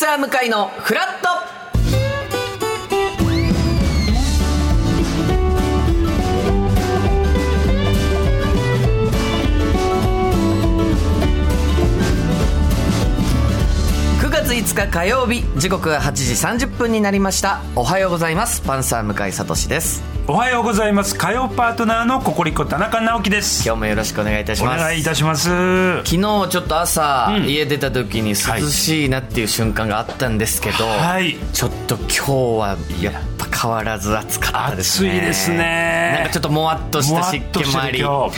サー向井のフラット。9月5日火曜日、時刻は8時30分になりました。おはようございます。パンサー向井聡です。 おはようございます。火曜パートナーのココリコ田中直樹です。 今日もよろしくお願いいたします。 お願いいたします。 昨日ちょっと朝、家出た時に涼しいなっていう瞬間があったんですけど、はい、ちょっと今日はやっぱ変わらず暑かったですね。 暑いですね。 なんかちょっともわっとした湿気もあり、はい、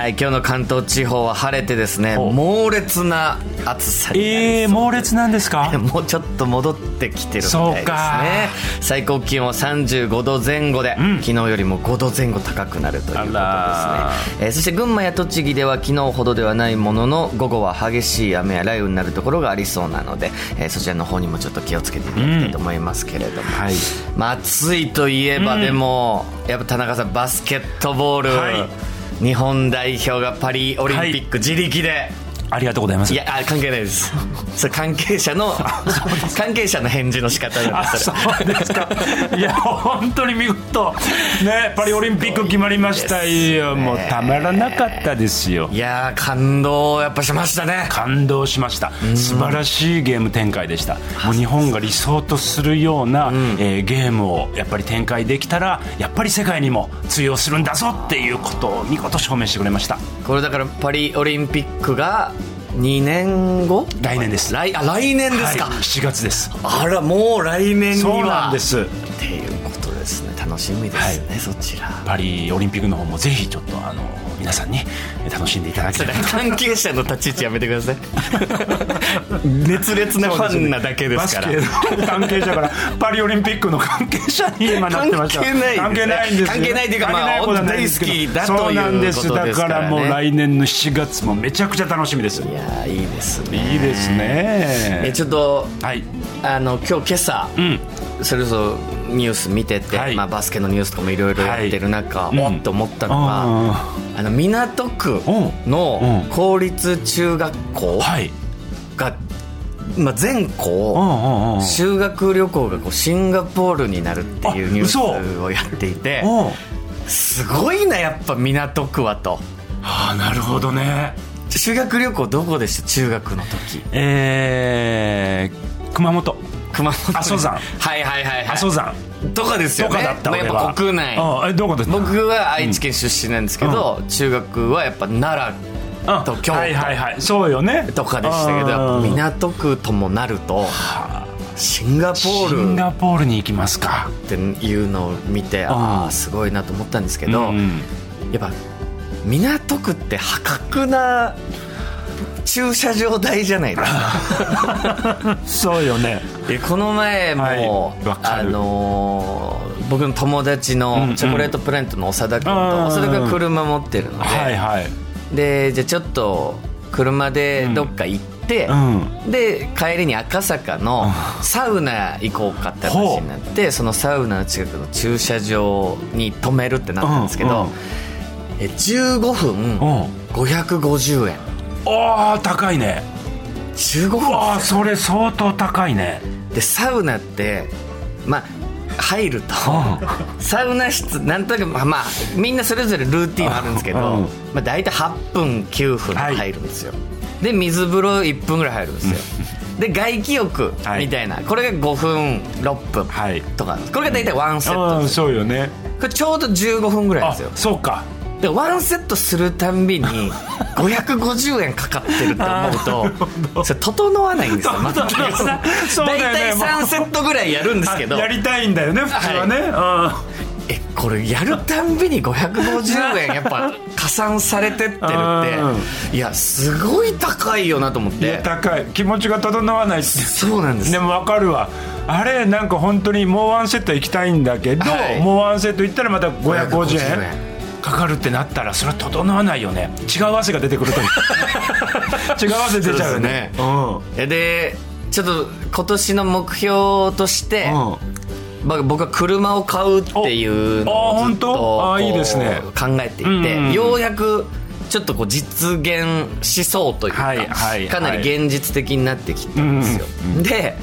今日の関東地方は晴れてですね、猛烈な暑さになりそう。 猛烈なんですか？ もうちょっと戻ってきてるみたいですね。最高気温は35度前後で、昨日よりも5度前後高くなるということですね。そして群馬や栃木では昨日ほどではないものの、午後は激しい雨や雷雨になるところがありそうなので、そちらの方にもちょっと気をつけていただきたいと思いますけれども、はい、まあ、暑いといえばでも、やっぱ田中さん、バスケットボール、はい、日本代表がパリオリンピック自力で、 ありがとうございます。 いや、関係ないです。それ関係者の返事の仕方なんです。 そうですか。いや、本当に見事ね、パリオリンピック決まりましたよ。もうたまらなかったですよ。 いや、感動やっぱしましたね。 感動しました。素晴らしいゲーム展開でした。もう日本が理想とするような、ゲームをやっぱり展開できたら、やっぱり世界にも通用するんだぞっていうことを見事証明してくれました。 これだからパリオリンピックが2年後？ 来年です。 来年ですか、 はい、7月です。 あら、もう来年には。 そうなんですっていうことですね。楽しみですね、はい、そちら。 パリオリンピックの方もぜひちょっと皆さんに楽しんでいただきたい。 関係者の立ち位置やめてください。熱烈なファンなだけですから。 バスケの関係者からパリオリンピックの関係者に今なってました。関係ないんです。 関係ないというか、まあ、大好きだということですからね。 そうなんです。だからもう来年の7月もめちゃくちゃ楽しみです。 いや、いいですね。 いいですね。 ちょっと、 はい、 今朝、それこそニュース見てて、はい、まあ、バスケのニュースとかもいろいろやってる中、おっと思ったのが、港区の公立中学校が、まあ、全校修学旅行がシンガポールになるっていうニュースをやっていて、すごいな、やっぱ港区はと。 なるほどね。 修学旅行どこでした？中学の時。 熊本阿蘇山。 はいはいはいはい。 阿蘇山とかですよね。 とかだった俺は。 やっぱ国内。 どこですか？ 僕は愛知県出身なんですけど、中学はやっぱ奈良と京都、 はいはいはい、そうよね、 とかでしたけど、やっぱ港区ともなるとシンガポールに行きますかっていうのを見て、すごいなと思ったんですけど、やっぱ港区って破格な駐車場代じゃないですか。 そうよね。 この前も、僕の友達のチョコレートプラネットの長田君と、長田君が車持ってるので、じゃあちょっと車でどっか行って、で帰りに赤坂のサウナ行こうかって話になって、そのサウナの近くの駐車場に止めるってなったんですけど、15分550円。 高いね。 15分。 それ相当高いね。 でサウナって、まあ入るとサウナ室なんとなく、まあみんなそれぞれルーティンあるんですけど、まあ、大体8分9分入るんですよ、で水風呂1分ぐらい入るんですよ。で外気浴みたいな、これが5分6分とか、これが大体ワンセットです。 そうよね。 これちょうど15分ぐらいですよ。 そうか。でワンセットするたんびに550円かかってると思うとそれ整わないんですよ。大体3セットぐらいやるんですけど、 やりたいんだよね普通はね、 これやるたんびに550円やっぱ加算されてってるって、いやすごい高いよなと思って。 いや高い。気持ちが整わないって。 そうなんです。 でも分かるわ。あれなんか本当にもうワンセット行きたいんだけど、もうワンセット行ったらまた550円かかるってなったら、それは整わないよね。違う汗が出てくると違う汗出ちゃうよね。 でちょっと今年の目標として、僕は車を買うっていうのをずっと考えていて、ようやくちょっとこう実現しそうというか、かなり現実的になってきたんですよ。で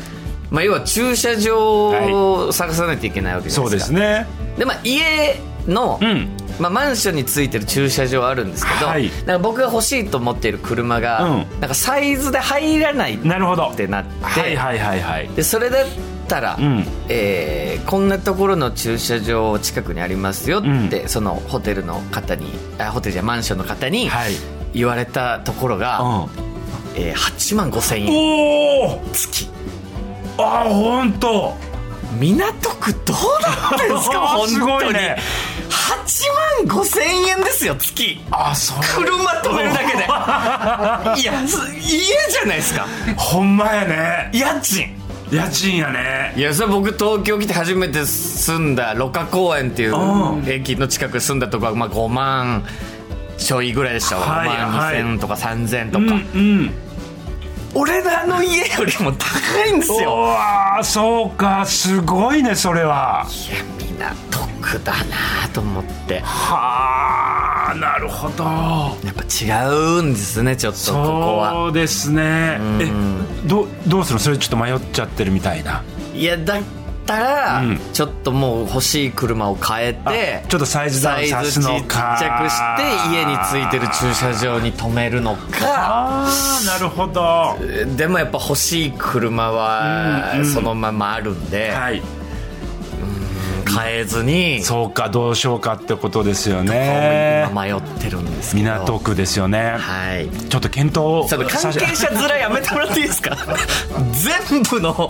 要は駐車場を探さないといけないわけじゃないですか。 そうですね。 で、家の、マンションについてる駐車場あるんですけど、なんか僕が欲しいと思っている車が、なんかサイズで入らないってなって、でそれだったら、こんなところの駐車場近くにありますよって、そのホテルの方に、マンションの方に言われたところが、8万5千円月。 本当。 港区どうなってんですか本当に。 すごいね。 8万5千円ですよ月。車止めるだけで。いや、家じゃないですか。 ほんまやね。 家賃やね。 いや、それ僕東京来て初めて住んだ芦花公園っていう駅の近く住んだとこは、5万ちょいぐらいでしたわ。5万2000とか3000とか、俺らの家よりも高いんですよ。 そうか、すごいねそれは。 いや、港区だなと思って。 なるほど。 やっぱ違うんですね、ちょっとここは。 そうですね。どうするの？それちょっと迷っちゃってるみたいな。 いや、だったら、ちょっともう欲しい車を変えて、 ちょっとサイズダウンさすのか、 ちっちゃくして家についてる駐車場に止めるのか。 なるほど。 でもやっぱ欲しい車はそのままあるんで、変えずに。 そうか、どうしようかってことですよね。 今迷ってるんですけど。 港区ですよね。ちょっと検討。 関係者面やめてもらっていいですか？全部の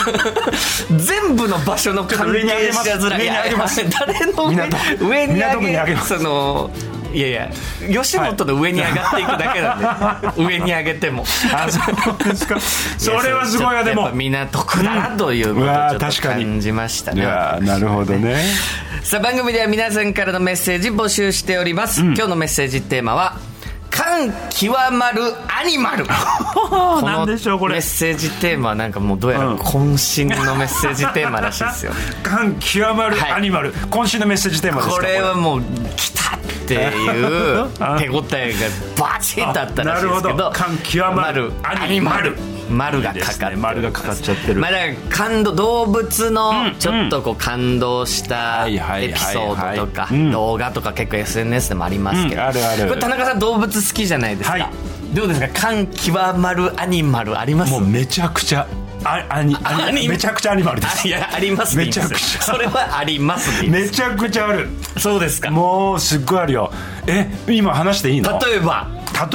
場所の関係者面。 上に上げます。 誰の上に上げます。いやいや、吉本の上に上がっていくだけなんで、上に上げても。 そうですか。それはすごいよ。でも港区だなということをちょっと感じましたね。 なるほどね。 さあ、番組では皆さんからのメッセージ募集しております。今日のメッセージテーマは感極まるアニマル。 何でしょうこれ。 メッセージテーマはなんかもうどうやら渾身のメッセージテーマらしいですよ。 感極まるアニマル、渾身のメッセージテーマですか？これはもう来たっていう手応えがバチッとあったらしいですけど、 感極まるアニマル、 丸がかかってる、 丸がかかっちゃってる。 だから動物のちょっとこう感動したエピソードとか動画とか結構 SNS でもありますけど、これ田中さん動物好きじゃないですか。どうですか？感極まるアニマルあります？ もうめちゃくちゃめちゃくちゃアニマルです。 いや、ありますね。 めちゃくちゃそれはありますね。 めちゃくちゃある。 そうですか。 もうすっごいあるよ。今話していいの？例えば、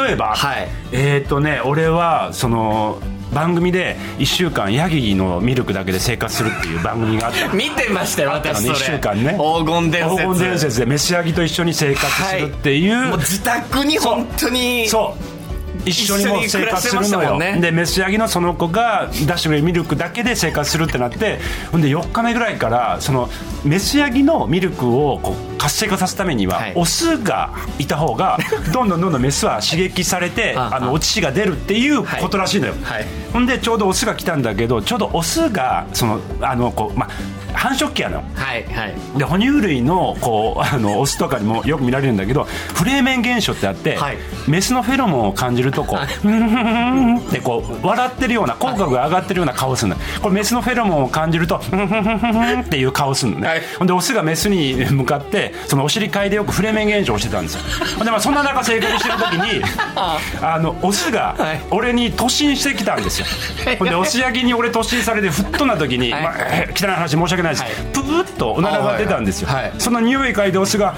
俺はその番組で1週間ヤギのミルクだけで生活するっていう番組があった見てましたよ、私。それ1 週間ね、 黄金伝説でメスヤギと一緒に生活するっていう、 もう自宅に本当に一緒にもう生活するのよ。でメスヤギのその子が出してくれるミルクだけで生活するってなって、ほんで4日目ぐらいからそのメスヤギのミルクをこう活性化させるためには、オスがいた方がどんどんメスは刺激されてお乳が出るっていうことらしいのよ。ほんでちょうどオスが来たんだけど、ちょうどオスがその繁殖期やの、で哺乳類のこうオスとかにもよく見られるんだけど、フレーメン現象ってあって、メスのフェロモンを感じるとこうってこう笑ってるような口角が上がってるような顔するの。これメスのフェロモンを感じるとっていう顔するのね。ほんでオスがメスに向かってそのお尻嗅いでよくフレーメン現象をしてたんですよ。ほんでそんな中生活してる時にオスが俺に突進してきたんですよ。ほんでオスヤギに俺突進されてふっとな時に、汚い話申し訳ないです、プーッとおならが出たんですよ。その匂い嗅いでオスが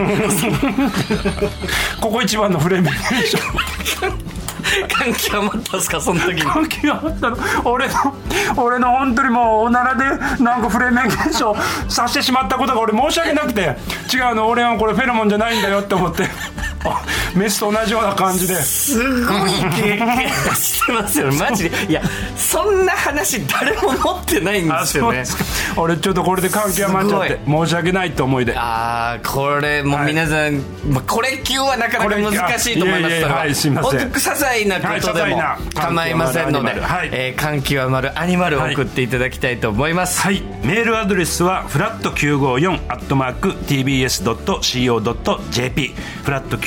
ここ一番のフレーメン現象。 感極まったんですか、その時に。 感極まったの。俺の本当にもうおならでなんかフレーメン現象させてしまったことが俺申し訳なくて、違うの、俺はこれフェロモンじゃないんだよって思ってメスと同じような感じで。 すごい経験してますよね、マジで。いや、そんな話誰も持ってないんですよね。 俺ちょっとこれで感極まっちゃって申し訳ないって思いで。 これもう皆さん、これ級はなかなか難しいと思いますから、 すいません、 些細なことでも構いませんので、感極まるアニマルを送っていただきたいと思います。 メールアドレスはflat954@tbs.co.jp、flat954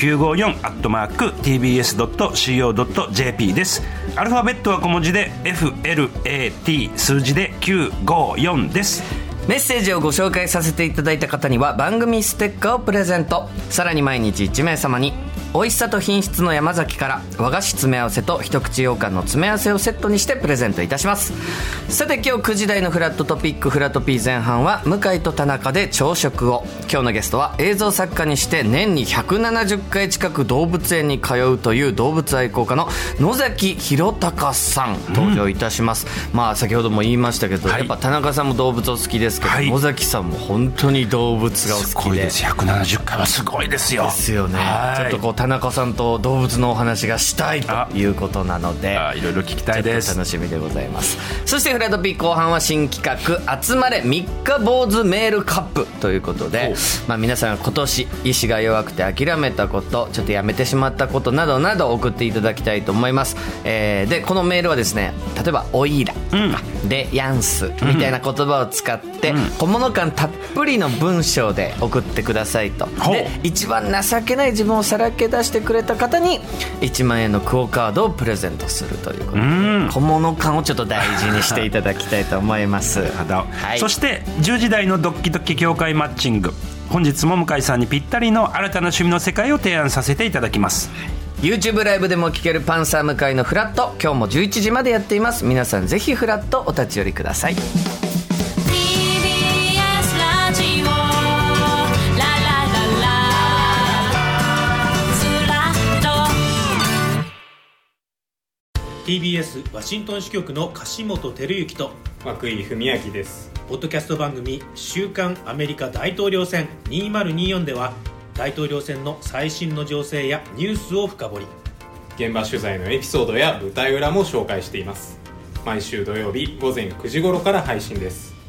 954@tbs.co.jp です。アルファベットは小文字で FLAT 数字で954です。 メッセージをご紹介させていただいた方には番組ステッカーをプレゼント。さらに毎日1名様に美味しさと品質の山崎から和菓子詰め合わせと一口羊羹の詰め合わせをセットにしてプレゼントいたします。さて今日9時台のフラットトピックフラトピー前半は向井と田中で朝食を。今日のゲストは映像作家にして年に170回近く動物園に通うという動物愛好家の野崎弘隆さん登場いたします、まあ先ほども言いましたけど、やっぱ田中さんも動物お好きですけど、野崎さんも本当に動物がお好きで。 すごいです。170回はすごいですよ。 ですよね。ちょっとこう田中さんと動物のお話がしたいということなので、 いろいろ聞きたいです。 楽しみでございます。そしてフラトピー後半は新企画集まれ三日坊主メールカップということで、皆さん今年意志が弱くて諦めたこと、ちょっとやめてしまったことなどなど送っていただきたいと思います、でこのメールはですね、例えばオイラとか、でヤンスみたいな言葉を使って、小物感たっぷりの文章で送ってくださいと。で一番情けない自分をさらけ出してくれた方に1万円のクオカードをプレゼントするということで、小物感をちょっと大事にしていただきたいと思いますはい、 そして10時台のドッキドキ協会マッチング、本日も向井さんにぴったりの新たな趣味の世界を提案させていただきます。 YouTube ライブでも聴けるパンサー向井のフラット、今日も11時までやっています。皆さんぜひフラットお立ち寄りください。 TBS ワシントン支局の樫本照之と涌井文明です。 ポッドキャスト番組週刊アメリカ大統領選2024では大統領選の最新の情勢やニュースを深掘り、 現場取材のエピソードや舞台裏も紹介しています。毎週土曜日午前9時頃から配信です。